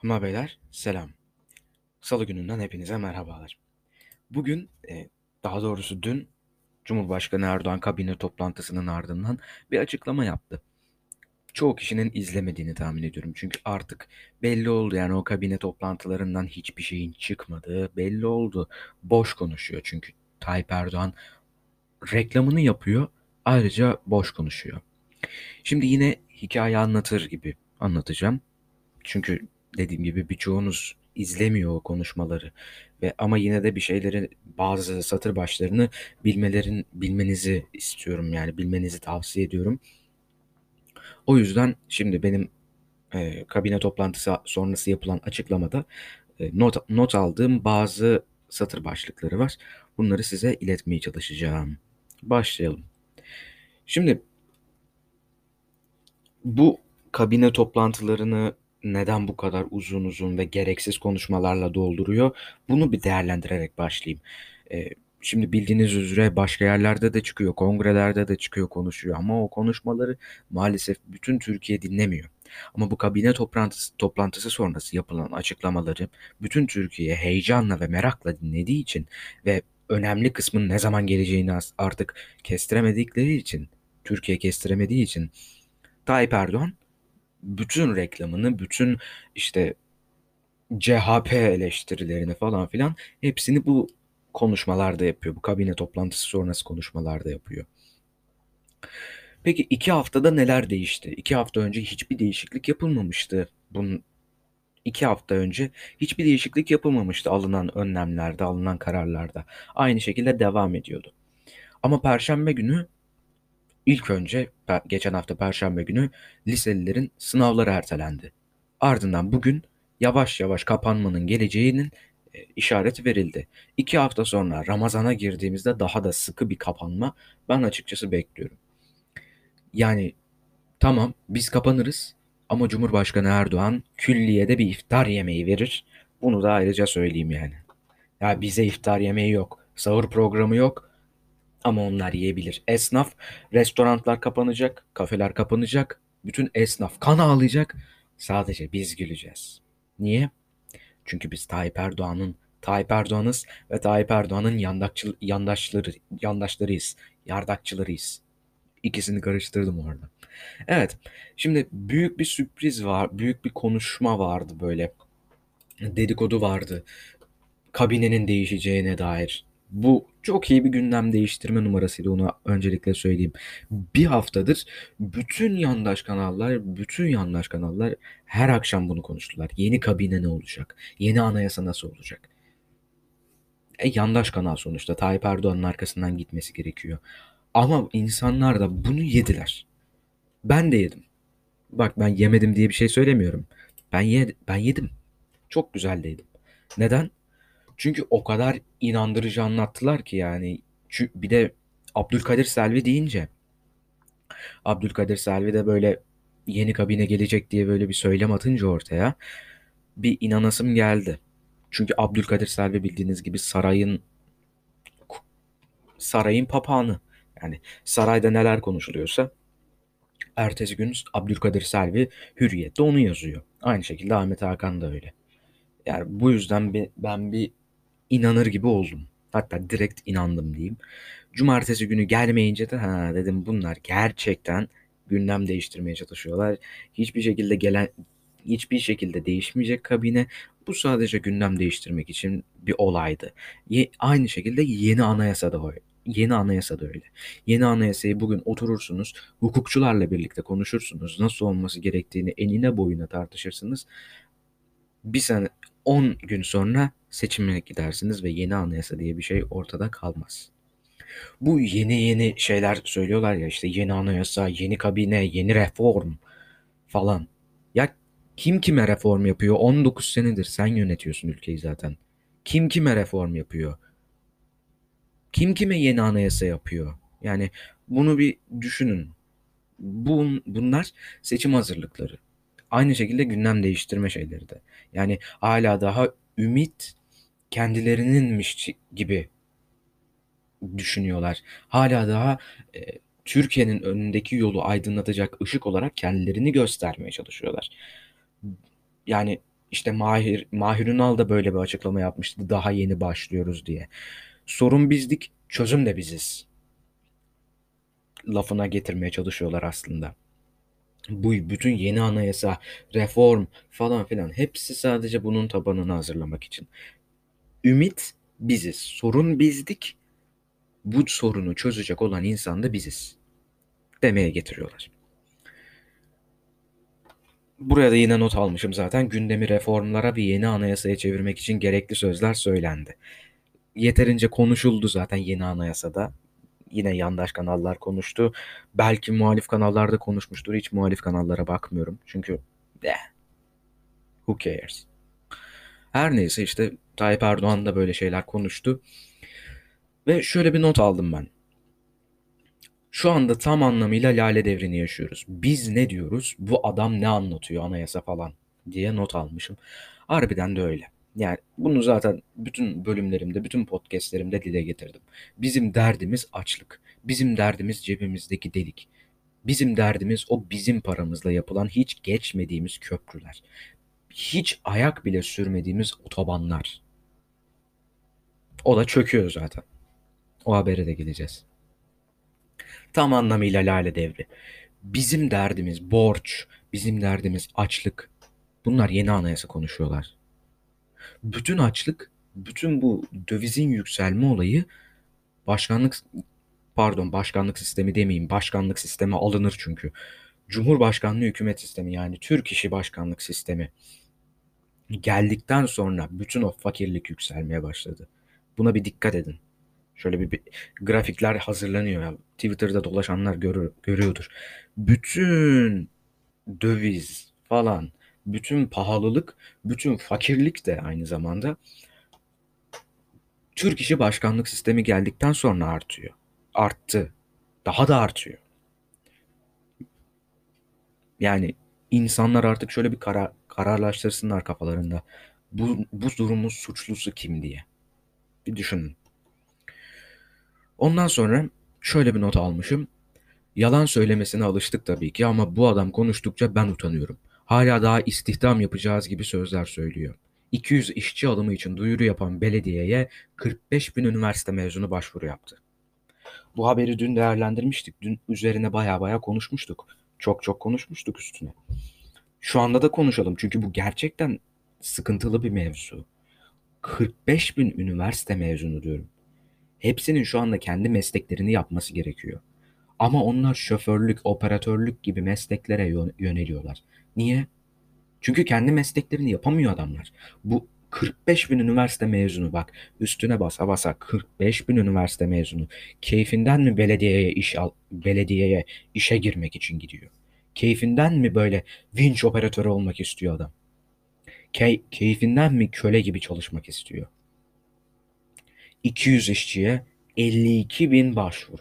Hanımlar beyler selam. Salı gününden hepinize merhabalar. Bugün daha doğrusu dün Cumhurbaşkanı Erdoğan kabine toplantısının ardından bir açıklama yaptı. Çoğu kişinin izlemediğini tahmin ediyorum. Çünkü artık belli oldu, yani o kabine toplantılarından hiçbir şeyin çıkmadığı belli oldu. Boş konuşuyor çünkü Tayyip Erdoğan reklamını yapıyor, ayrıca boş konuşuyor. Şimdi yine hikaye anlatır gibi anlatacağım. Çünkü dediğim gibi birçoğunuz izlemiyor o konuşmaları ve ama yine de bir şeyleri, bazı satır başlarını bilmenizi istiyorum, yani bilmenizi tavsiye ediyorum. O yüzden şimdi benim kabine toplantısı sonrası yapılan açıklamada not aldığım bazı satır başlıkları var. Bunları size iletmeye çalışacağım. Başlayalım. Şimdi bu kabine toplantılarını neden bu kadar uzun uzun ve gereksiz konuşmalarla dolduruyor? Bunu bir değerlendirerek başlayayım. Ee, Şimdi bildiğiniz üzere başka yerlerde de çıkıyor, kongrelerde de çıkıyor, konuşuyor ama o konuşmaları maalesef bütün Türkiye dinlemiyor. Ama bu kabine toplantısı sonrası yapılan açıklamaları bütün Türkiye heyecanla ve merakla dinlediği için ve önemli kısmın ne zaman geleceğini artık kestiremedikleri için, Türkiye kestiremediği için Tayyip Erdoğan bütün reklamını, bütün işte CHP eleştirilerini falan filan hepsini bu konuşmalarda yapıyor. Bu kabine toplantısı sonrası konuşmalarda yapıyor. Peki 2 haftada neler değişti? 2 hafta önce hiçbir değişiklik yapılmamıştı. Bunun 2 hafta önce hiçbir değişiklik yapılmamıştı alınan önlemlerde, alınan kararlarda. Aynı şekilde devam ediyordu. Ama Perşembe günü İlk önce geçen hafta Perşembe günü liselilerin sınavları ertelendi. Ardından bugün yavaş yavaş kapanmanın geleceğinin işareti verildi. 2 hafta sonra Ramazan'a girdiğimizde daha da sıkı bir kapanma ben açıkçası bekliyorum. Yani tamam, biz kapanırız ama Cumhurbaşkanı Erdoğan külliyede bir iftar yemeği verir. Bunu da ayrıca söyleyeyim yani. Ya bize iftar yemeği yok, sahur programı yok. Ama onlar yiyebilir. Esnaf, restoranlar kapanacak, kafeler kapanacak. Bütün esnaf kan ağlayacak. Sadece biz güleceğiz. Niye? Çünkü biz Tayyip Erdoğan'ız ve Tayyip Erdoğan'ın yandaşlarıyız. Yardakçılarıyız. İkisini karıştırdım orada. Evet. Şimdi büyük bir sürpriz var. Büyük bir konuşma vardı böyle. Dedikodu vardı, kabinenin değişeceğine dair. Bu çok iyi bir gündem değiştirme numarasıydı, onu öncelikle söyleyeyim. Bir haftadır bütün yandaş kanallar her akşam bunu konuştular. Yeni kabine ne olacak? Yeni anayasa nasıl olacak? Yandaş kanal sonuçta. Tayyip Erdoğan'ın arkasından gitmesi gerekiyor. Ama insanlar da bunu yediler. Ben de yedim. Bak, ben yemedim diye bir şey söylemiyorum. Ben yedim. Çok güzel de yedim. Neden? Çünkü o kadar inandırıcı anlattılar ki yani. Bir de Abdülkadir Selvi deyince, Abdülkadir Selvi de böyle yeni kabine gelecek diye böyle bir söylem atınca ortaya bir inanasım geldi. Çünkü Abdülkadir Selvi bildiğiniz gibi sarayın papağanı. Yani sarayda neler konuşuluyorsa ertesi gün Abdülkadir Selvi Hürriyet'te onu yazıyor. Aynı şekilde Ahmet Hakan da öyle. Yani bu yüzden ben bir inanır gibi oldum. Hatta direkt inandım diyeyim. Cumartesi günü gelmeyince de ha dedim, bunlar gerçekten gündem değiştirmeye çalışıyorlar. Hiçbir şekilde hiçbir şekilde değişmeyecek kabine. Bu sadece gündem değiştirmek için bir olaydı. Aynı şekilde Yeni anayasa da öyle. Yeni anayasayı bugün oturursunuz, hukukçularla birlikte konuşursunuz. Nasıl olması gerektiğini enine boyuna tartışırsınız. Bir sene 10 gün sonra seçime gidersiniz ve yeni anayasa diye bir şey ortada kalmaz. Bu yeni şeyler söylüyorlar ya, işte yeni anayasa, yeni kabine, yeni reform falan. Ya kim kime reform yapıyor? 19 senedir sen yönetiyorsun ülkeyi zaten. Kim kime reform yapıyor? Kim kime yeni anayasa yapıyor? Yani bunu bir düşünün. Bunlar seçim hazırlıkları. Aynı şekilde gündem değiştirme şeyleri de. Yani hala daha ümit kendilerininmiş gibi düşünüyorlar. Hala daha e, Türkiye'nin önündeki yolu aydınlatacak ışık olarak kendilerini göstermeye çalışıyorlar. Yani İşte Mahir Ünal da böyle bir açıklama yapmıştı. Daha yeni başlıyoruz diye. Sorun bizdik, çözüm de biziz. Lafına getirmeye çalışıyorlar aslında. Bu bütün yeni anayasa, reform falan filan hepsi sadece bunun tabanını hazırlamak için. Ümit biziz. Sorun bizdik. Bu sorunu çözecek olan insan da biziz demeye getiriyorlar. Buraya da yine not almışım zaten. Gündemi reformlara ve yeni anayasaya çevirmek için gerekli sözler söylendi. Yeterince konuşuldu zaten yeni anayasada. Yine yandaş kanallar konuştu. Belki muhalif kanallarda konuşmuştur. Hiç muhalif kanallara bakmıyorum. Çünkü who cares? Her neyse işte Tayyip Erdoğan da böyle şeyler konuştu. Ve şöyle bir not aldım ben. Şu anda tam anlamıyla lale devrini yaşıyoruz. Biz ne diyoruz? Bu adam ne anlatıyor anayasa falan diye not almışım. Harbiden de öyle. Yani bunu zaten bütün bölümlerimde, bütün podcastlerimde dile getirdim. Bizim derdimiz açlık. Bizim derdimiz cebimizdeki delik. Bizim derdimiz o bizim paramızla yapılan hiç geçmediğimiz köprüler. Hiç ayak bile sürmediğimiz otobanlar. O da çöküyor zaten. O habere de geleceğiz. Tam anlamıyla lale devri. Bizim derdimiz borç, bizim derdimiz açlık. Bunlar yeni anayasa konuşuyorlar. Bütün açlık, bütün bu dövizin yükselme olayı başkanlık başkanlık sistemi demeyeyim. Başkanlık sistemi alınır çünkü. Cumhurbaşkanlığı hükümet sistemi yani Türk İşi başkanlık sistemi geldikten sonra bütün o fakirlik yükselmeye başladı. Buna bir dikkat edin. Şöyle bir grafikler hazırlanıyor ya. Twitter'da dolaşanlar görüyordur. Bütün döviz falan, bütün pahalılık, bütün fakirlik de aynı zamanda Türk İşi başkanlık sistemi geldikten sonra artıyor. Arttı. Daha da artıyor. Yani insanlar artık şöyle bir kararlaştırsınlar kafalarında. Bu durumun suçlusu kim diye. Bir düşünün. Ondan sonra şöyle bir not almışım. Yalan söylemesine alıştık tabii ki ama bu adam konuştukça ben utanıyorum. Hala daha istihdam yapacağız gibi sözler söylüyor. 200 işçi alımı için duyuru yapan belediyeye 45 bin üniversite mezunu başvuru yaptı. Bu haberi dün değerlendirmiştik. Dün üzerine baya konuşmuştuk. Çok konuşmuştuk üstüne. Şu anda da konuşalım çünkü bu gerçekten sıkıntılı bir mevzu. 45 bin üniversite mezunu diyorum. Hepsinin şu anda kendi mesleklerini yapması gerekiyor. Ama onlar şoförlük, operatörlük gibi mesleklere yöneliyorlar. Niye? Çünkü kendi mesleklerini yapamıyor adamlar. Bu 45 bin üniversite mezunu bak üstüne basa basa 45 bin üniversite mezunu keyfinden mi belediyeye işe girmek için gidiyor? Keyfinden mi böyle vinç operatörü olmak istiyor adam? Keyfinden mi köle gibi çalışmak istiyor? 200 işçiye 52 bin başvuru.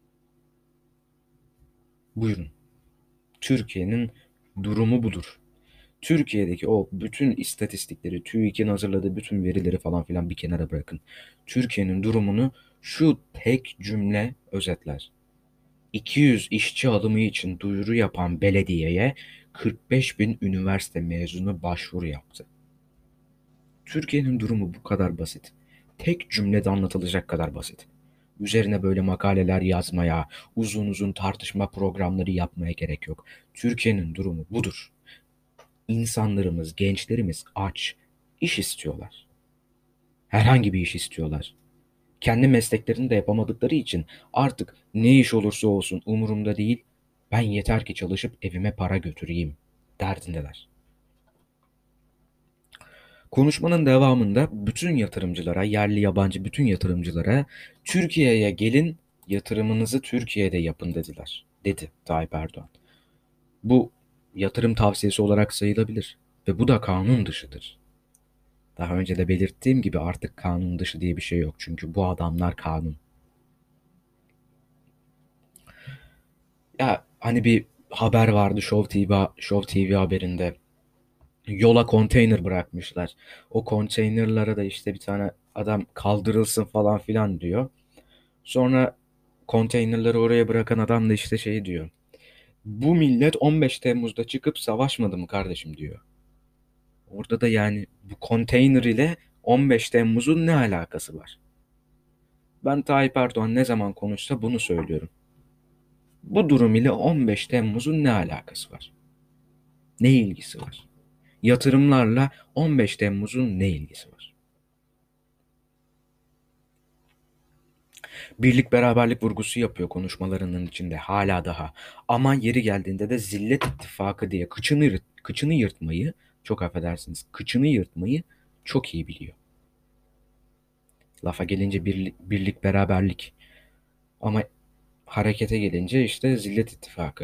Buyurun. Türkiye'nin durumu budur. Türkiye'deki o bütün istatistikleri, TÜİK'in hazırladığı bütün verileri falan filan bir kenara bırakın. Türkiye'nin durumunu şu tek cümle özetler. 200 işçi alımı için duyuru yapan belediyeye 45 bin üniversite mezunu başvuru yaptı. Türkiye'nin durumu bu kadar basit. Tek cümlede anlatılacak kadar basit. Üzerine böyle makaleler yazmaya, uzun uzun tartışma programları yapmaya gerek yok. Türkiye'nin durumu budur. İnsanlarımız, gençlerimiz aç, iş istiyorlar. Herhangi bir iş istiyorlar. Kendi mesleklerini de yapamadıkları için artık ne iş olursa olsun umurumda değil, ben yeter ki çalışıp evime para götüreyim derdindeler. Konuşmanın devamında bütün yatırımcılara, yerli yabancı bütün yatırımcılara Türkiye'ye gelin, yatırımınızı Türkiye'de yapın dediler, dedi Tayyip Erdoğan. Bu yatırım tavsiyesi olarak sayılabilir ve bu da kanun dışıdır. Daha önce de belirttiğim gibi artık kanun dışı diye bir şey yok. Çünkü bu adamlar kanun. Ya hani bir haber vardı Show TV haberinde. Yola konteyner bırakmışlar. O konteynerlara da işte bir tane adam kaldırılsın falan filan diyor. Sonra konteynerları oraya bırakan adam da işte şey diyor. Bu millet 15 Temmuz'da çıkıp savaşmadı mı kardeşim diyor. Orada da yani bu konteyner ile 15 Temmuz'un ne alakası var? Ben Tayyip Erdoğan ne zaman konuşsa bunu söylüyorum. Bu durum ile 15 Temmuz'un ne alakası var? Ne ilgisi var? Yatırımlarla 15 Temmuz'un ne ilgisi var? Birlik beraberlik vurgusu yapıyor konuşmalarının içinde hala daha. Ama yeri geldiğinde de Zillet İttifakı diye kıçını yırtmayı, çok affedersiniz, kıçını yırtmayı çok iyi biliyor. Lafa gelince birlik beraberlik, ama harekete gelince işte Zillet İttifakı.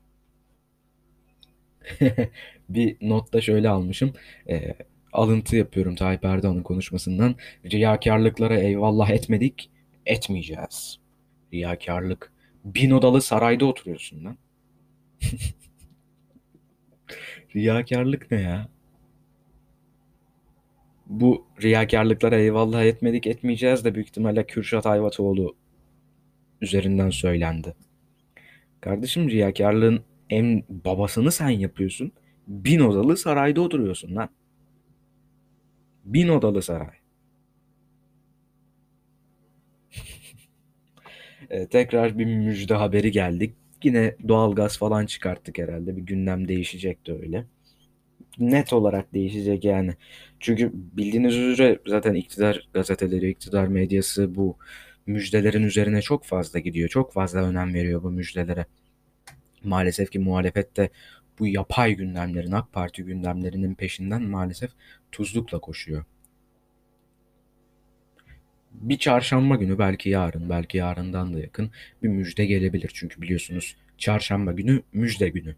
Bir notta şöyle almışım. E, Alıntı yapıyorum Tayyip Erdoğan'ın konuşmasından. Riyakarlıklara eyvallah etmedik, etmeyeceğiz. Riyakarlık. Bin odalı sarayda oturuyorsun lan. Riyakarlık ne ya? Bu riyakarlıklara eyvallah etmedik, etmeyeceğiz de büyük ihtimalle Kürşat Ayvatoğlu üzerinden söylendi. Kardeşim, riyakarlığın en babasını sen yapıyorsun. Bin odalı sarayda oturuyorsun lan. Bin odalı saray. Tekrar bir müjde haberi geldik. Yine doğalgaz falan çıkarttık herhalde. Bir gündem değişecek de öyle. Net olarak değişecek yani. Çünkü bildiğiniz üzere zaten iktidar gazeteleri, iktidar medyası bu müjdelerin üzerine çok fazla gidiyor. Çok fazla önem veriyor bu müjdelere. Maalesef ki muhalefet de bu yapay gündemlerin, AK Parti gündemlerinin peşinden maalesef tuzlukla koşuyor. Bir çarşamba günü, belki yarın, belki yarından da yakın bir müjde gelebilir. Çünkü biliyorsunuz çarşamba günü müjde günü.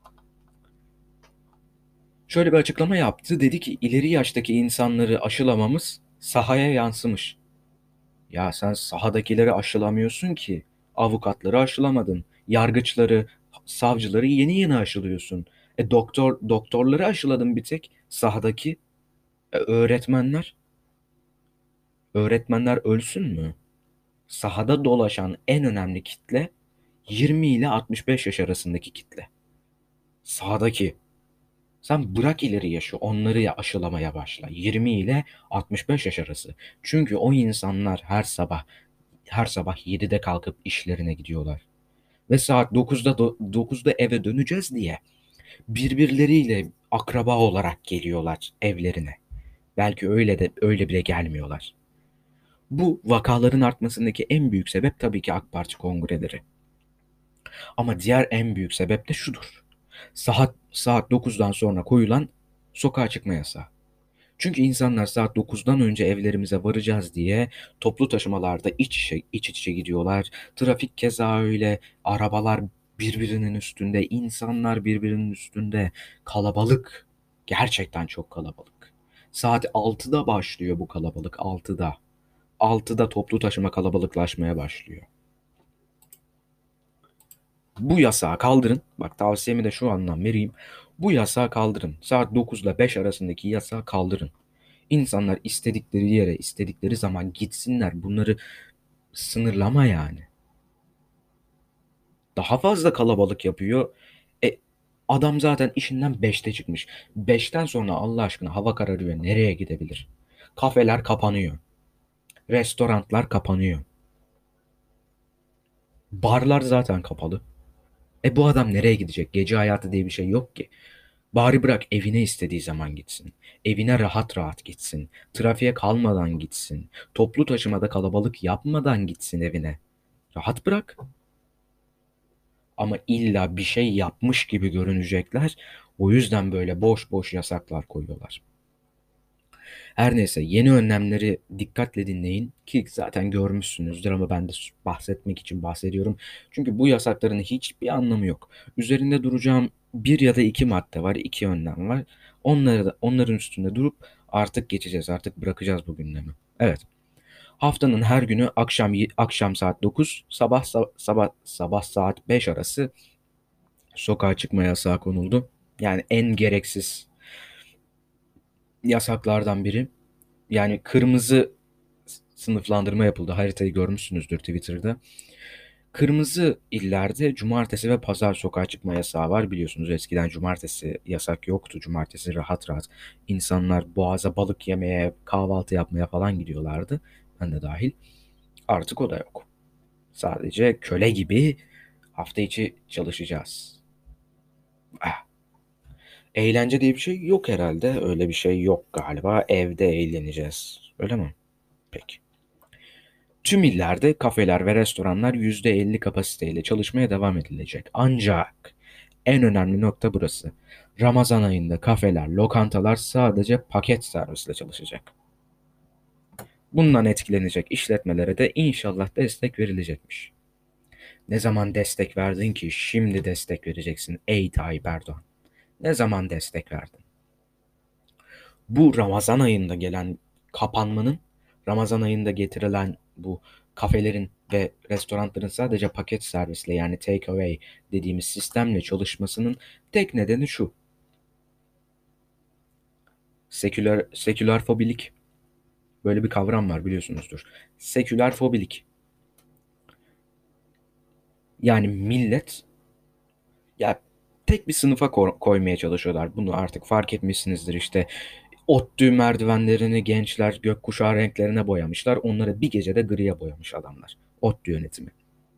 Şöyle bir açıklama yaptı. Dedi ki ileri yaştaki insanları aşılamamız sahaya yansımış. Ya sen sahadakileri aşılamıyorsun ki. Avukatları aşılamadın. Yargıçları, savcıları yeni yeni aşılıyorsun. Doktorları aşıladın bir tek. Sahadaki öğretmenler. Öğretmenler ölsün mü? Sahada dolaşan en önemli kitle 20 ile 65 yaş arasındaki kitle. Sahadaki. Sen bırak ileri yaşı, onları aşılamaya başla. 20 ile 65 yaş arası. Çünkü o insanlar her sabah 7'de kalkıp işlerine gidiyorlar. Ve saat 9'da eve döneceğiz diye birbirleriyle akraba olarak geliyorlar evlerine. Belki öyle bile gelmiyorlar. Bu vakaların artmasındaki en büyük sebep tabii ki AK Parti kongreleri. Ama diğer en büyük sebep de şudur. Saat 9'dan sonra koyulan sokağa çıkma yasağı. Çünkü insanlar saat 9'dan önce evlerimize varacağız diye toplu taşımalarda iç içe gidiyorlar. Trafik keza öyle. Arabalar birbirinin üstünde, insanlar birbirinin üstünde. Kalabalık. Gerçekten çok kalabalık. Saat 6'da başlıyor bu kalabalık, 6'da. 6'da toplu taşıma kalabalıklaşmaya başlıyor. Bu yasağı kaldırın. Bak, tavsiyemi de şu anlam vereyim. Bu yasağı kaldırın. Saat 9 ile 5 arasındaki yasağı kaldırın. İnsanlar istedikleri yere, istedikleri zaman gitsinler. Bunları sınırlama yani. Daha fazla kalabalık yapıyor. E, Adam zaten işinden 5'te çıkmış. 5'ten sonra Allah aşkına hava kararıyor. Nereye gidebilir? Kafeler kapanıyor. Restoranlar kapanıyor. Barlar zaten kapalı. Bu adam nereye gidecek? Gece hayatı diye bir şey yok ki. Bari bırak evine istediği zaman gitsin. Evine rahat rahat gitsin. Trafiğe kalmadan gitsin. Toplu taşımada kalabalık yapmadan gitsin evine. Rahat bırak. Ama illa bir şey yapmış gibi görünecekler. O yüzden böyle boş boş yasaklar koyuyorlar. Her neyse, yeni önlemleri dikkatle dinleyin ki zaten görmüşsünüzdür, ama ben de bahsetmek için bahsediyorum. Çünkü bu yasakların hiçbir anlamı yok. Üzerinde duracağım bir ya da iki madde var, iki önlem var. Onların üstünde durup artık geçeceğiz, artık bırakacağız bu gündemi. Evet. Haftanın her günü akşam saat 9, sabah saat 5 arası sokağa çıkma yasağı konuldu. Yani en gereksiz yasaklardan biri. Yani kırmızı sınıflandırma yapıldı. Haritayı görmüşsünüzdür Twitter'da. Kırmızı illerde cumartesi ve pazar sokağa çıkma yasağı var. Biliyorsunuz eskiden cumartesi yasak yoktu. Cumartesi rahat rahat insanlar boğaza balık yemeye, kahvaltı yapmaya falan gidiyorlardı. Ben de dahil. Artık o da yok. Sadece köle gibi hafta içi çalışacağız. Ah, eğlence diye bir şey yok herhalde. Öyle bir şey yok galiba. Evde eğleneceğiz. Öyle mi? Peki. Tüm illerde kafeler ve restoranlar %50 kapasiteyle çalışmaya devam edilecek. Ancak en önemli nokta burası. Ramazan ayında kafeler, lokantalar sadece paket servisle çalışacak. Bundan etkilenecek işletmelere de inşallah destek verilecekmiş. Ne zaman destek verdin ki şimdi destek vereceksin ey Tayyip Erdoğan? Ne zaman destek verdin? Bu Ramazan ayında gelen kapanmanın, Ramazan ayında getirilen bu kafelerin ve restoranların sadece paket servisle yani take away dediğimiz sistemle çalışmasının tek nedeni şu. Seküler fobilik. Böyle bir kavram var biliyorsunuzdur. Seküler fobilik. Yani millet ya tek bir sınıfa koymaya çalışıyorlar. Bunu artık fark etmişsinizdir işte. ODTÜ merdivenlerini gençler gökkuşağı renklerine boyamışlar. Onları bir gecede griye boyamış adamlar. ODTÜ yönetimi.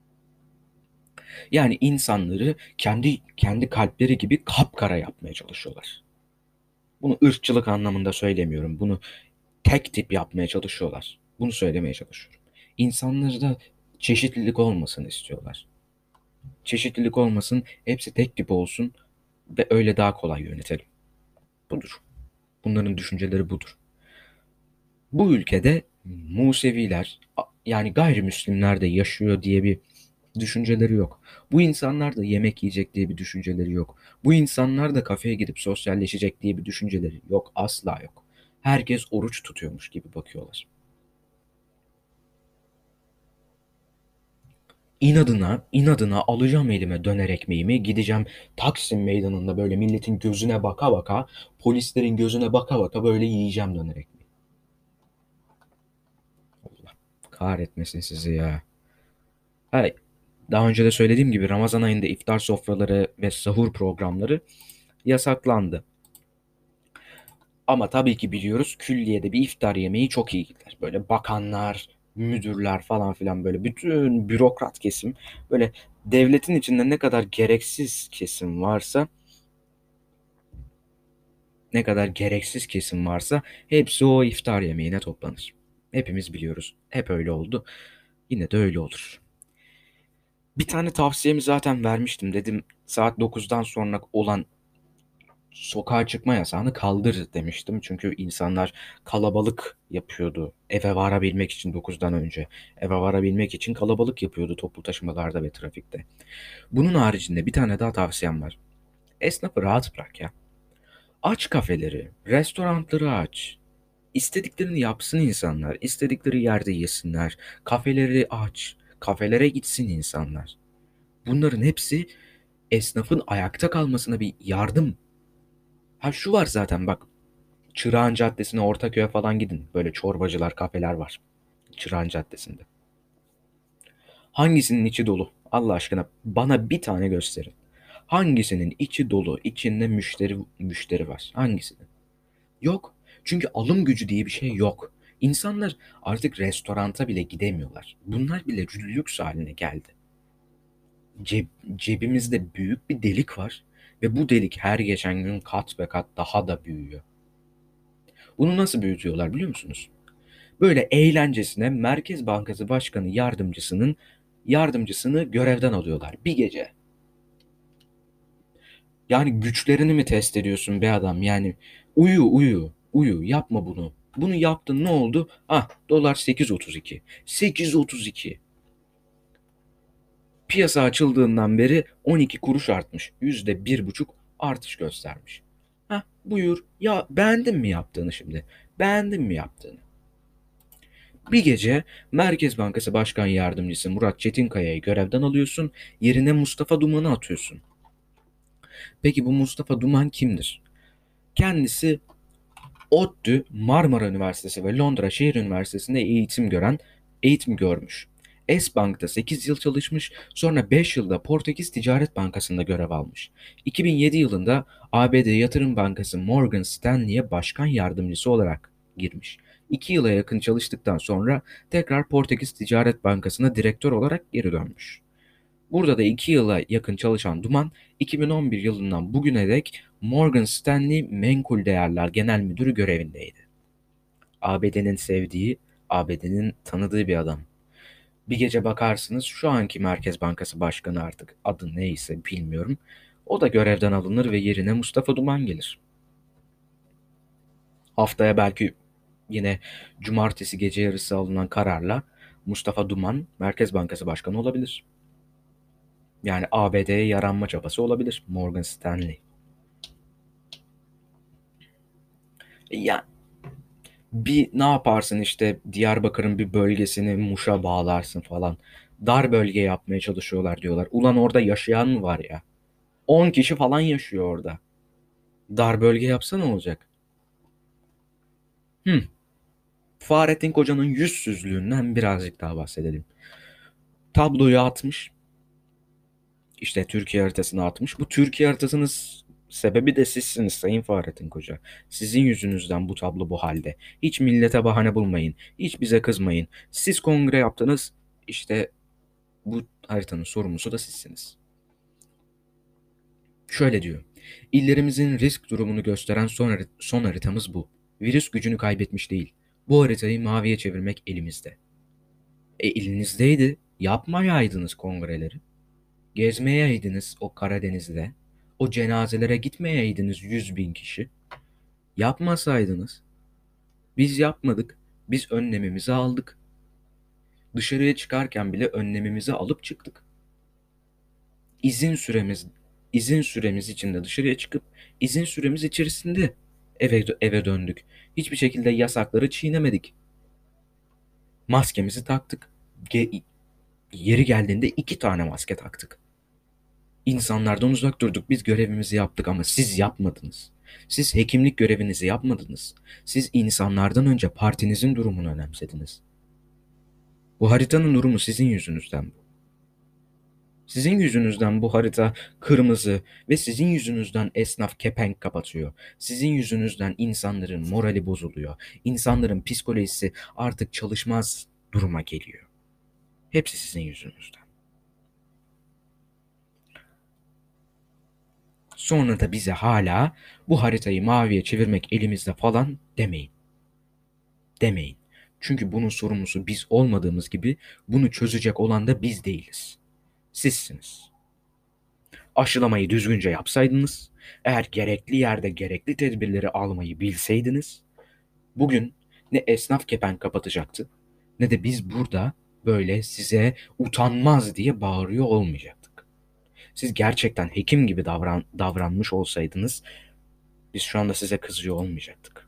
Yani insanları kendi kalpleri gibi kapkara yapmaya çalışıyorlar. Bunu ırkçılık anlamında söylemiyorum. Bunu tek tip yapmaya çalışıyorlar. Bunu söylemeye çalışıyorum. İnsanlarda çeşitlilik olmasını istiyorlar. Çeşitlilik olmasın, hepsi tek tip olsun ve öyle daha kolay yönetelim. Budur. Bunların düşünceleri budur. Bu ülkede Museviler yani gayrimüslimler de yaşıyor diye bir düşünceleri yok. Bu insanlar da yemek yiyecek diye bir düşünceleri yok. Bu insanlar da kafeye gidip sosyalleşecek diye bir düşünceleri yok. Asla yok. Herkes oruç tutuyormuş gibi bakıyorlar. İnadına alacağım elime döner ekmeğimi, gideceğim Taksim Meydanı'nda böyle milletin gözüne baka baka, polislerin gözüne baka baka böyle yiyeceğim döner ekmeği. Allah kahretmesin sizi ya. Ha, daha önce de söylediğim gibi Ramazan ayında iftar sofraları ve sahur programları yasaklandı. Ama tabii ki biliyoruz külliyede bir iftar yemeği çok iyi gider. Böyle bakanlar, müdürler falan filan böyle bütün bürokrat kesim böyle devletin içinde ne kadar gereksiz kesim varsa hepsi o iftar yemeğine toplanır. Hepimiz biliyoruz. Hep öyle oldu. Yine de öyle olur. Bir tane tavsiyemi zaten vermiştim. Dedim saat 9'dan sonra olan sokağa çıkma yasağını kaldır demiştim. Çünkü insanlar kalabalık yapıyordu. Eve varabilmek için 9'dan önce. Eve varabilmek için kalabalık yapıyordu toplu taşımalarda ve trafikte. Bunun haricinde bir tane daha tavsiyem var. Esnafı rahat bırak ya. Aç kafeleri, restoranları aç. İstediklerini yapsın insanlar. İstedikleri yerde yesinler. Kafeleri aç. Kafelere gitsin insanlar. Bunların hepsi esnafın ayakta kalmasına bir yardım. Ha şu var zaten bak. Çırağan Caddesi'ne, Ortaköy'e falan gidin. Böyle çorbacılar, kafeler var. Çırağan Caddesi'nde. Hangisinin içi dolu? Allah aşkına bana bir tane gösterin. Hangisinin içi dolu, içinde müşteri var? Hangisinin? Yok. Çünkü alım gücü diye bir şey yok. İnsanlar artık restoranta bile gidemiyorlar. Bunlar bile lüks haline geldi. Cebimizde büyük bir delik var ve bu delik her geçen gün kat ve kat daha da büyüyor. Bunu nasıl büyütüyorlar biliyor musunuz? Böyle eğlencesine Merkez Bankası Başkanı yardımcısını görevden alıyorlar bir gece. Yani güçlerini mi test ediyorsun be adam? Yani uyu yapma bunu. Bunu yaptın ne oldu? Ah dolar 8.32. 8.32. Piyasa açıldığından beri 12 kuruş artmış. %1,5 artış göstermiş. Hah buyur. Ya beğendin mi yaptığını şimdi? Beğendin mi yaptığını? Bir gece Merkez Bankası Başkan Yardımcısı Murat Çetinkaya'yı görevden alıyorsun, yerine Mustafa Duman'ı atıyorsun. Peki bu Mustafa Duman kimdir? Kendisi ODTÜ, Marmara Üniversitesi ve Londra Şehir Üniversitesi'nde eğitim görmüş. S-Bank'ta 8 yıl çalışmış, sonra 5 yılda Portekiz Ticaret Bankası'nda görev almış. 2007 yılında ABD Yatırım Bankası Morgan Stanley'e başkan yardımcısı olarak girmiş. 2 yıla yakın çalıştıktan sonra tekrar Portekiz Ticaret Bankası'na direktör olarak geri dönmüş. Burada da 2 yıla yakın çalışan Duman, 2011 yılından bugüne dek Morgan Stanley Menkul Değerler Genel Müdürü görevindeydi. ABD'nin sevdiği, ABD'nin tanıdığı bir adam. Bir gece bakarsınız şu anki Merkez Bankası Başkanı, artık adı neyse bilmiyorum, o da görevden alınır ve yerine Mustafa Duman gelir. Haftaya belki yine cumartesi gece yarısı alınan kararla Mustafa Duman Merkez Bankası Başkanı olabilir. Yani ABD'ye yaranma çabası olabilir Morgan Stanley. Ya bir ne yaparsın işte, Diyarbakır'ın bir bölgesini Muş'a bağlarsın falan. Dar bölge yapmaya çalışıyorlar diyorlar. Ulan orada yaşayan mı var ya? 10 kişi falan yaşıyor orada. Dar bölge yapsa ne olacak? Hı. Fahrettin Koca'nın yüzsüzlüğünden birazcık daha bahsedelim. Tabloyu atmış. İşte Türkiye haritasını atmış. Bu Türkiye haritasının sebebi de sizsiniz Sayın Fahrettin Koca. Sizin yüzünüzden bu tablo bu halde. Hiç millete bahane bulmayın. Hiç bize kızmayın. Siz kongre yaptınız. İşte bu haritanın sorumlusu da sizsiniz. Şöyle diyor. İllerimizin risk durumunu gösteren son haritamız bu. Virüs gücünü kaybetmiş değil. Bu haritayı maviye çevirmek elimizde. Elinizdeydi. Yapmayaydınız kongreleri. Gezmeyeydiniz o Karadeniz'de. O cenazelere gitmeyeydiniz 100.000 kişi. Yapmasaydınız. Biz yapmadık. Biz önlemimizi aldık. Dışarıya çıkarken bile önlemimizi alıp çıktık. İzin süremiz izin süremiz içinde dışarıya çıkıp izin süremiz içerisinde eve döndük. Hiçbir şekilde yasakları çiğnemedik. Maskemizi taktık. Yeri geldiğinde 2 tane maske taktık. İnsanlardan uzak durduk. Biz görevimizi yaptık ama siz yapmadınız. Siz hekimlik görevinizi yapmadınız. Siz insanlardan önce partinizin durumunu önemsediniz. Bu haritanın durumu sizin yüzünüzden bu. Sizin yüzünüzden bu harita kırmızı ve sizin yüzünüzden esnaf kepenk kapatıyor. Sizin yüzünüzden insanların morali bozuluyor. İnsanların psikolojisi artık çalışmaz duruma geliyor. Hepsi sizin yüzünüzden. Sonra da bize hala bu haritayı maviye çevirmek elimizde falan demeyin. Demeyin. Çünkü bunun sorumlusu biz olmadığımız gibi bunu çözecek olan da biz değiliz. Sizsiniz. Aşılamayı düzgünce yapsaydınız, eğer gerekli yerde gerekli tedbirleri almayı bilseydiniz, bugün ne esnaf kepenk kapatacaktı, ne de biz burada böyle size utanmaz diye bağırıyor olmayacaktık. Siz gerçekten hekim gibi davranmış olsaydınız, biz şu anda size kızıyor olmayacaktık.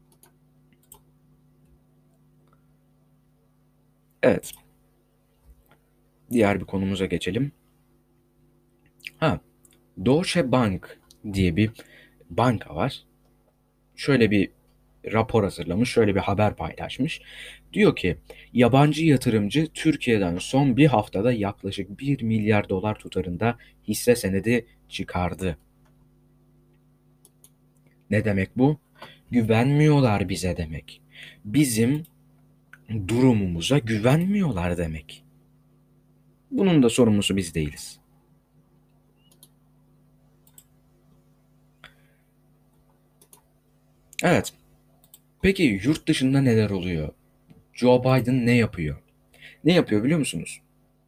Evet, diğer bir konumuza geçelim. Ha, Deutsche Bank diye bir banka var. Şöyle bir rapor hazırlamış, şöyle bir haber paylaşmış. Diyor ki, yabancı yatırımcı Türkiye'den son bir haftada yaklaşık 1 milyar dolar tutarında hisse senedi çıkardı. Ne demek bu? Güvenmiyorlar bize demek. Bizim durumumuza güvenmiyorlar demek. Bunun da sorumlusu biz değiliz. Evet. Peki yurt dışında neler oluyor? Joe Biden ne yapıyor? Ne yapıyor biliyor musunuz?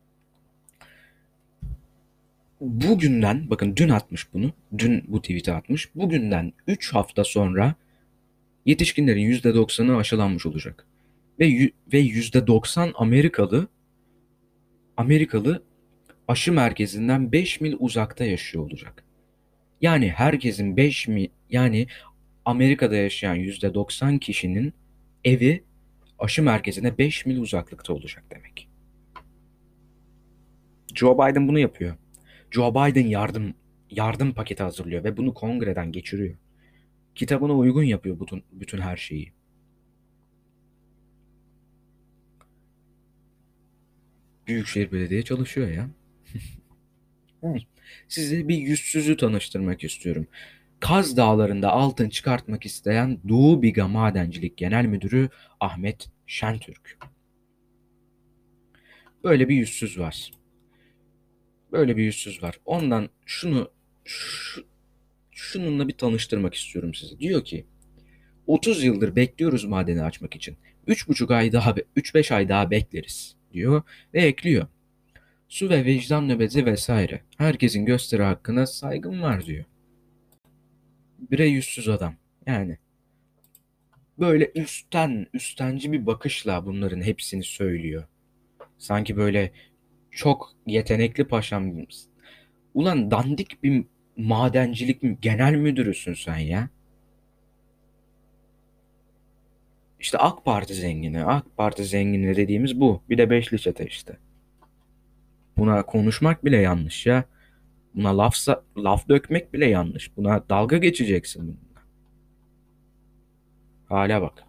Bugünden, bakın dün atmış bunu. Dün bu tweet'i atmış. Bugünden 3 hafta sonra yetişkinlerin %90'ı aşılanmış olacak. Ve %90 Amerikalı aşı merkezinden 5 mil uzakta yaşıyor olacak. Yani herkesin 5 mil, yani Amerika'da yaşayan %90 kişinin evi aşı merkezine 5 mil uzaklıkta olacak demek. Joe Biden bunu yapıyor. Joe Biden yardım paketi hazırlıyor ve bunu kongreden geçiriyor. Kitabına uygun yapıyor bütün her şeyi. Büyükşehir Belediye çalışıyor ya. Hı. Size bir yüzsüzü tanıştırmak istiyorum. Kaz Dağları'nda altın çıkartmak isteyen Doğu Biga Madencilik Genel Müdürü Ahmet Şentürk. Böyle bir yüzsüz var. Böyle bir yüzsüz var. Ondan şununla bir tanıştırmak istiyorum sizi. Diyor ki 30 yıldır bekliyoruz madeni açmak için. 3-5 ay daha bekleriz diyor ve ekliyor. Su ve vicdan nöbeti vesaire. Herkesin gösteri hakkına saygım var diyor. Bire yüzsüz adam. Yani böyle üstenci bir bakışla bunların hepsini söylüyor. Sanki böyle çok yetenekli paşam. Ulan dandik bir madencilik genel müdürüsün sen ya. İşte AK Parti zengini. AK Parti zengini dediğimiz bu. Bir de beşli çete işte. Buna konuşmak bile yanlış ya. Buna laf dökmek bile yanlış. Buna dalga geçeceksin bununla. Hala bak.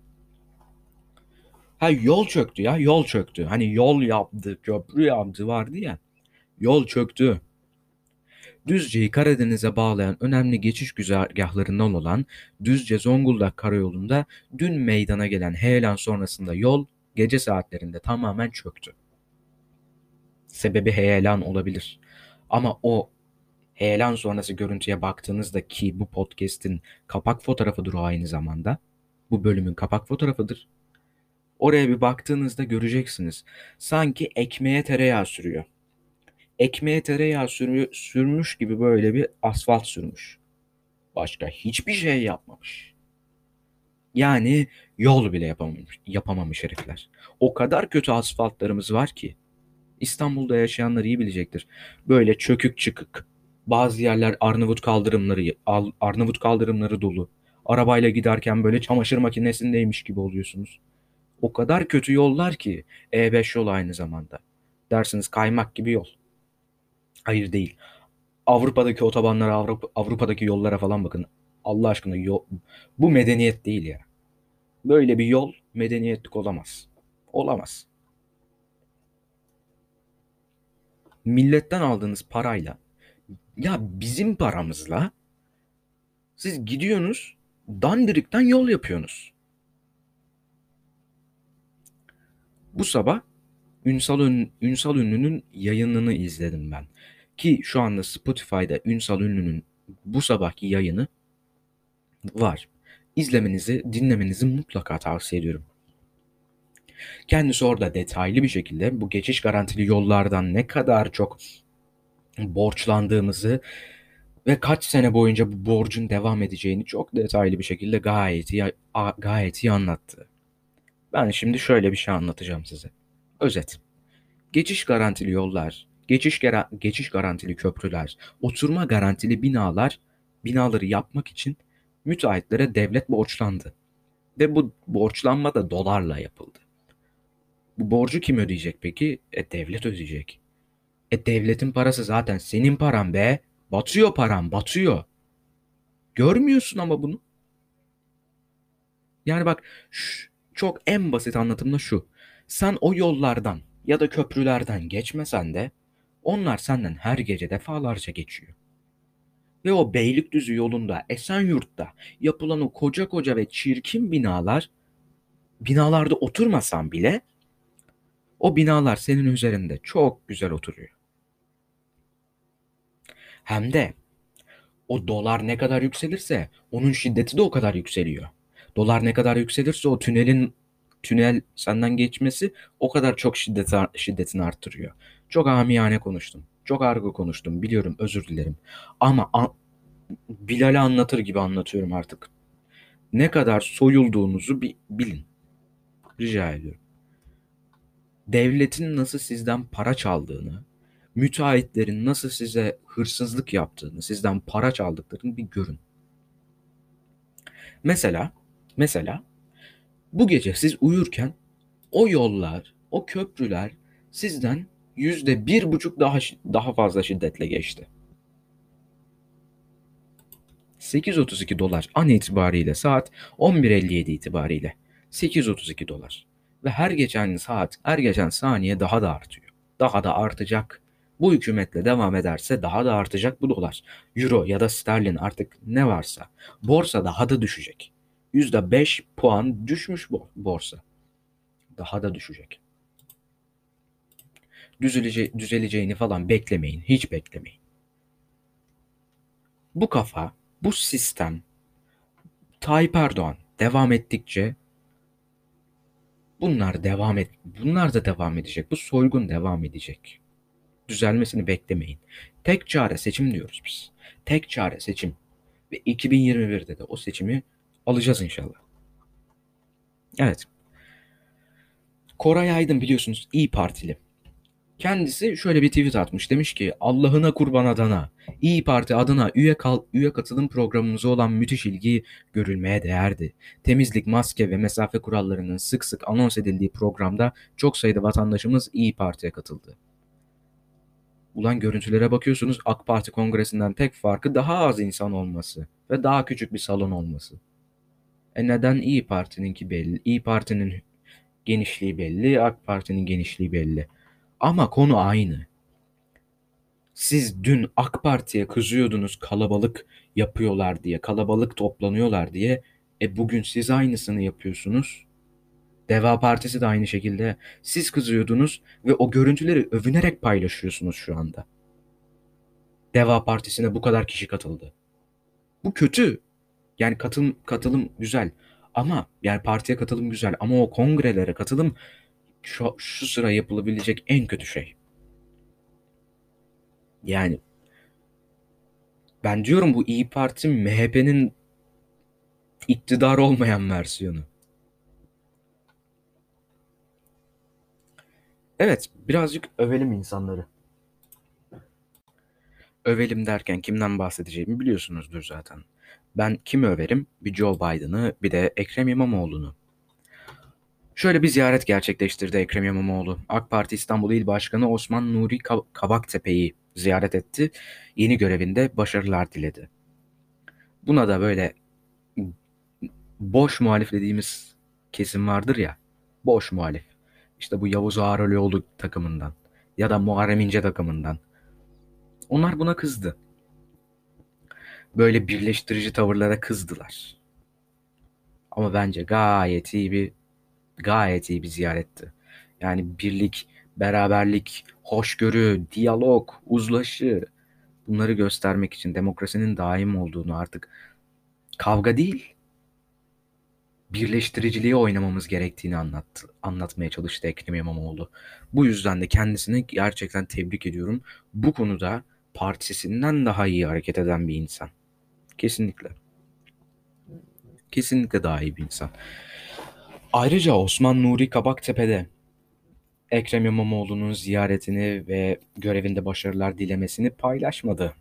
Ha yol çöktü ya, yol çöktü. Hani yol yaptı, köprü yaptı vardı ya. Yol çöktü. Düzce'yi Karadeniz'e bağlayan önemli geçiş güzergahlarından olan Düzce-Zonguldak karayolunda dün meydana gelen heyelan sonrasında yol gece saatlerinde tamamen çöktü. Sebebi heyelan olabilir. Ama o heyelan sonrası görüntüye baktığınızda ki bu podcast'in kapak fotoğrafıdır o aynı zamanda. Bu bölümün kapak fotoğrafıdır. Oraya bir baktığınızda göreceksiniz. Sanki ekmeğe tereyağı sürüyor. Ekmeğe tereyağı sürmüş gibi böyle bir asfalt sürmüş. Başka hiçbir şey yapmamış. Yani yol bile yapamamış herifler. O kadar kötü asfaltlarımız var ki. İstanbul'da yaşayanlar iyi bilecektir. Böyle çökük çıkık. Bazı yerler Arnavut kaldırımları dolu. Arabayla giderken böyle çamaşır makinesindeymiş gibi oluyorsunuz. O kadar kötü yollar ki E5 yol aynı zamanda. Dersiniz kaymak gibi yol. Hayır değil. Avrupa'daki otobanlara, Avrupa'daki yollara falan bakın. Allah aşkına bu medeniyet değil ya. Böyle bir yol medeniyetlik olamaz. Olamaz. Milletten aldığınız parayla ya bizim paramızla siz gidiyorsunuz dandirikten yol yapıyorsunuz. Bu sabah Ünsal Ünlü'nün yayınını izledim ben. Ki şu anda Spotify'da Ünsal Ünlü'nün bu sabahki yayını var. İzlemenizi, dinlemenizi mutlaka tavsiye ediyorum. Kendisi orada detaylı bir şekilde bu geçiş garantili yollardan ne kadar çok borçlandığımızı ve kaç sene boyunca bu borcun devam edeceğini çok detaylı bir şekilde gayet iyi anlattı. Ben şimdi şöyle bir şey anlatacağım size. Özet. Geçiş garantili yollar, geçiş garantili köprüler, oturma garantili binaları yapmak için müteahhitlere devlet borçlandı. Ve bu borçlanma da dolarla yapıldı. Bu borcu kim ödeyecek peki? Devlet ödeyecek. Devletin parası zaten senin paran be. Batıyor paran, batıyor. Görmüyorsun ama bunu. Yani bak çok en basit anlatımla şu. Sen o yollardan ya da köprülerden geçmesen de onlar senden her gece defalarca geçiyor. Ve o Beylikdüzü yolunda Esenyurt'ta yapılan o koca koca ve çirkin binalarda oturmasan bile o binalar senin üzerinde çok güzel oturuyor. Hem de o dolar ne kadar yükselirse onun şiddeti de o kadar yükseliyor. Dolar ne kadar yükselirse tünel senden geçmesi o kadar çok şiddetini arttırıyor. Çok amiyane konuştum. Çok argo konuştum. Biliyorum, özür dilerim. Ama Bilal'e anlatır gibi anlatıyorum artık. Ne kadar soyulduğunuzu bilin. Rica ediyorum. Devletin nasıl sizden para çaldığını, müteahhitlerin nasıl size hırsızlık yaptığını, sizden para çaldıklarını bir görün. Mesela bu gece siz uyurken o yollar, o köprüler sizden %1,5 daha fazla şiddetle geçti. 8.32 dolar an itibariyle saat 11.57 itibariyle 8.32 dolar ve her geçen saniye daha da artıyor. daha da artacak. Bu hükümetle devam ederse daha da artacak bu dolar. Euro ya da sterlin artık ne varsa. Borsa daha da düşecek. %5 puan düşmüş borsa. Daha da düşecek. Düzeleceğini falan beklemeyin. Hiç beklemeyin. Bu kafa, bu sistem Tayyip Erdoğan devam ettikçe bunlar da devam edecek. Bu soygun devam edecek. Düzelmesini beklemeyin. Tek çare seçim diyoruz biz. Tek çare seçim. Ve 2021'de de o seçimi alacağız inşallah. Evet. Koray Aydın biliyorsunuz İyi Partili. Kendisi şöyle bir tweet atmış. Demiş ki Allah'ına kurban adana. İyi Parti adına üye katılım programımıza olan müthiş ilgi görülmeye değerdi. Temizlik, maske ve mesafe kurallarının sık sık anons edildiği programda çok sayıda vatandaşımız İyi Parti'ye katıldı. Ulan görüntülere bakıyorsunuz AK Parti kongresinden tek farkı daha az insan olması ve daha küçük bir salon olması. Neden İyi Parti'ninki belli? İyi Parti'nin genişliği belli, AK Parti'nin genişliği belli. Ama konu aynı. Siz dün AK Parti'ye kızıyordunuz kalabalık yapıyorlar diye, kalabalık toplanıyorlar diye. Bugün siz aynısını yapıyorsunuz. Deva Partisi de aynı şekilde. Siz kızıyordunuz ve o görüntüleri övünerek paylaşıyorsunuz şu anda. Deva Partisi'ne bu kadar kişi katıldı. Bu kötü. Yani katılım güzel. Ama yani partiye katılım güzel ama o kongrelere katılım şu sıra yapılabilecek en kötü şey. Yani ben diyorum bu İyi Parti MHP'nin iktidar olmayan versiyonu. Evet, birazcık övelim insanları. Övelim derken kimden bahsedeceğimi biliyorsunuzdur zaten. Ben kimi överim? Bir Joe Biden'ı, bir de Ekrem İmamoğlu'nu. Şöyle bir ziyaret gerçekleştirdi Ekrem İmamoğlu. AK Parti İstanbul İl Başkanı Osman Nuri Kabaktepe'yi ziyaret etti. Yeni görevinde başarılar diledi. Buna da böyle boş muhalif dediğimiz kesim vardır ya. Boş muhalif. İşte bu Yavuz Ağaralioğlu takımından ya da Muharrem İnce takımından. Onlar buna kızdı. Böyle birleştirici tavırlara kızdılar. Ama bence gayet iyi bir ziyaretti. Yani birlik, beraberlik, hoşgörü, diyalog, uzlaşı bunları göstermek için demokrasinin daim olduğunu artık kavga değil, birleştiriciliği oynamamız gerektiğini anlatmaya çalıştı Ekrem İmamoğlu. Bu yüzden de kendisini gerçekten tebrik ediyorum. Bu konuda partisinden daha iyi hareket eden bir insan. Kesinlikle. Kesinlikle daha iyi bir insan. Ayrıca Osman Nuri Kabaktepe'de Ekrem İmamoğlu'nun ziyaretini ve görevinde başarılar dilemesini paylaşmadı.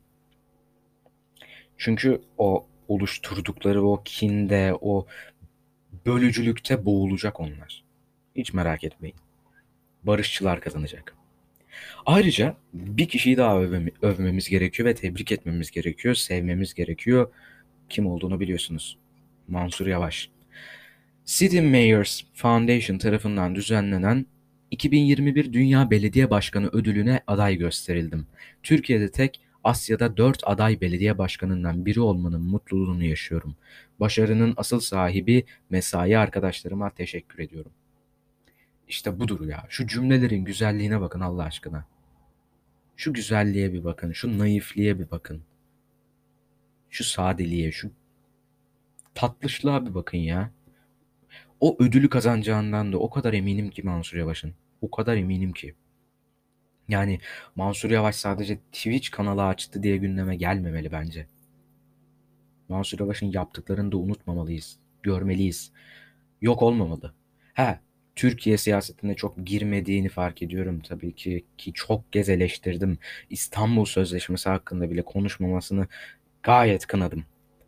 Çünkü o oluşturdukları o kinde, o bölücülükte boğulacak onlar. Hiç merak etmeyin. Barışçılar kazanacak. Ayrıca bir kişiyi daha övmemiz gerekiyor ve tebrik etmemiz gerekiyor, sevmemiz gerekiyor. Kim olduğunu biliyorsunuz. Mansur Yavaş. City Mayors Foundation tarafından düzenlenen 2021 Dünya Belediye Başkanı ödülüne aday gösterildim. Türkiye'de tek, Asya'da 4 aday belediye başkanından biri olmanın mutluluğunu yaşıyorum. Başarının asıl sahibi mesai arkadaşlarıma teşekkür ediyorum. İşte budur ya. Şu cümlelerin güzelliğine bakın Allah aşkına. Şu güzelliğe bir bakın, şu naifliğe bir bakın. Şu sadeliğe, şu tatlışlığa bir bakın ya. O ödülü kazanacağından da o kadar eminim ki Mansur Yavaş'ın. O kadar eminim ki. Yani Mansur Yavaş sadece Twitch kanalı açtı diye gündeme gelmemeli bence. Mansur Yavaş'ın yaptıklarını da unutmamalıyız. Görmeliyiz. Yok olmamalı. He, Türkiye siyasetine çok girmediğini fark ediyorum tabii ki çok kez eleştirdim. İstanbul Sözleşmesi hakkında bile konuşmamasını gayet kınadım.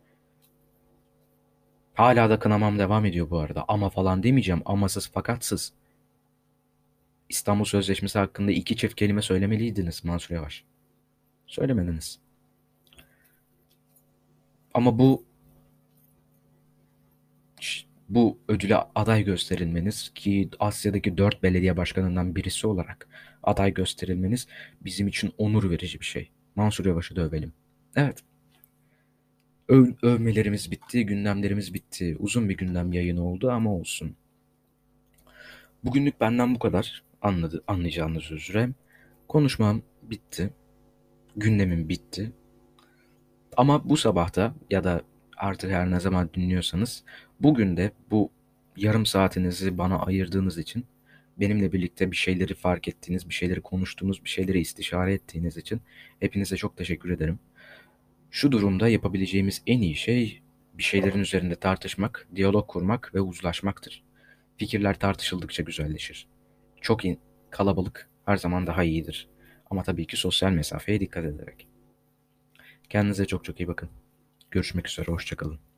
Hala da kınamam devam ediyor bu arada. Ama falan demeyeceğim. Amasız fakatsız. İstanbul Sözleşmesi hakkında 2 çift kelime söylemeliydiniz Mansur Yavaş. Söylemediniz. Ama bu Bu ödüle aday gösterilmeniz, ki Asya'daki 4 belediye başkanından birisi olarak aday gösterilmeniz bizim için onur verici bir şey. Mansur Yavaş'ı da övelim. Evet, övmelerimiz bitti, gündemlerimiz bitti. Uzun bir gündem yayını oldu ama olsun. Bugünlük benden bu kadar. Anlayacağınız üzere. Konuşmam bitti. Gündemim bitti. Ama bu sabahta ya da artık her ne zaman dinliyorsanız, bugün de bu yarım saatinizi bana ayırdığınız için, benimle birlikte bir şeyleri fark ettiğiniz, bir şeyleri konuştuğunuz, bir şeyleri istişare ettiğiniz için hepinize çok teşekkür ederim. Şu durumda yapabileceğimiz en iyi şey bir şeylerin üzerinde tartışmak, diyalog kurmak ve uzlaşmaktır. Fikirler tartışıldıkça güzelleşir. Kalabalık her zaman daha iyidir. Ama tabii ki sosyal mesafeye dikkat ederek. Kendinize çok çok iyi bakın. Görüşmek üzere, hoşça kalın.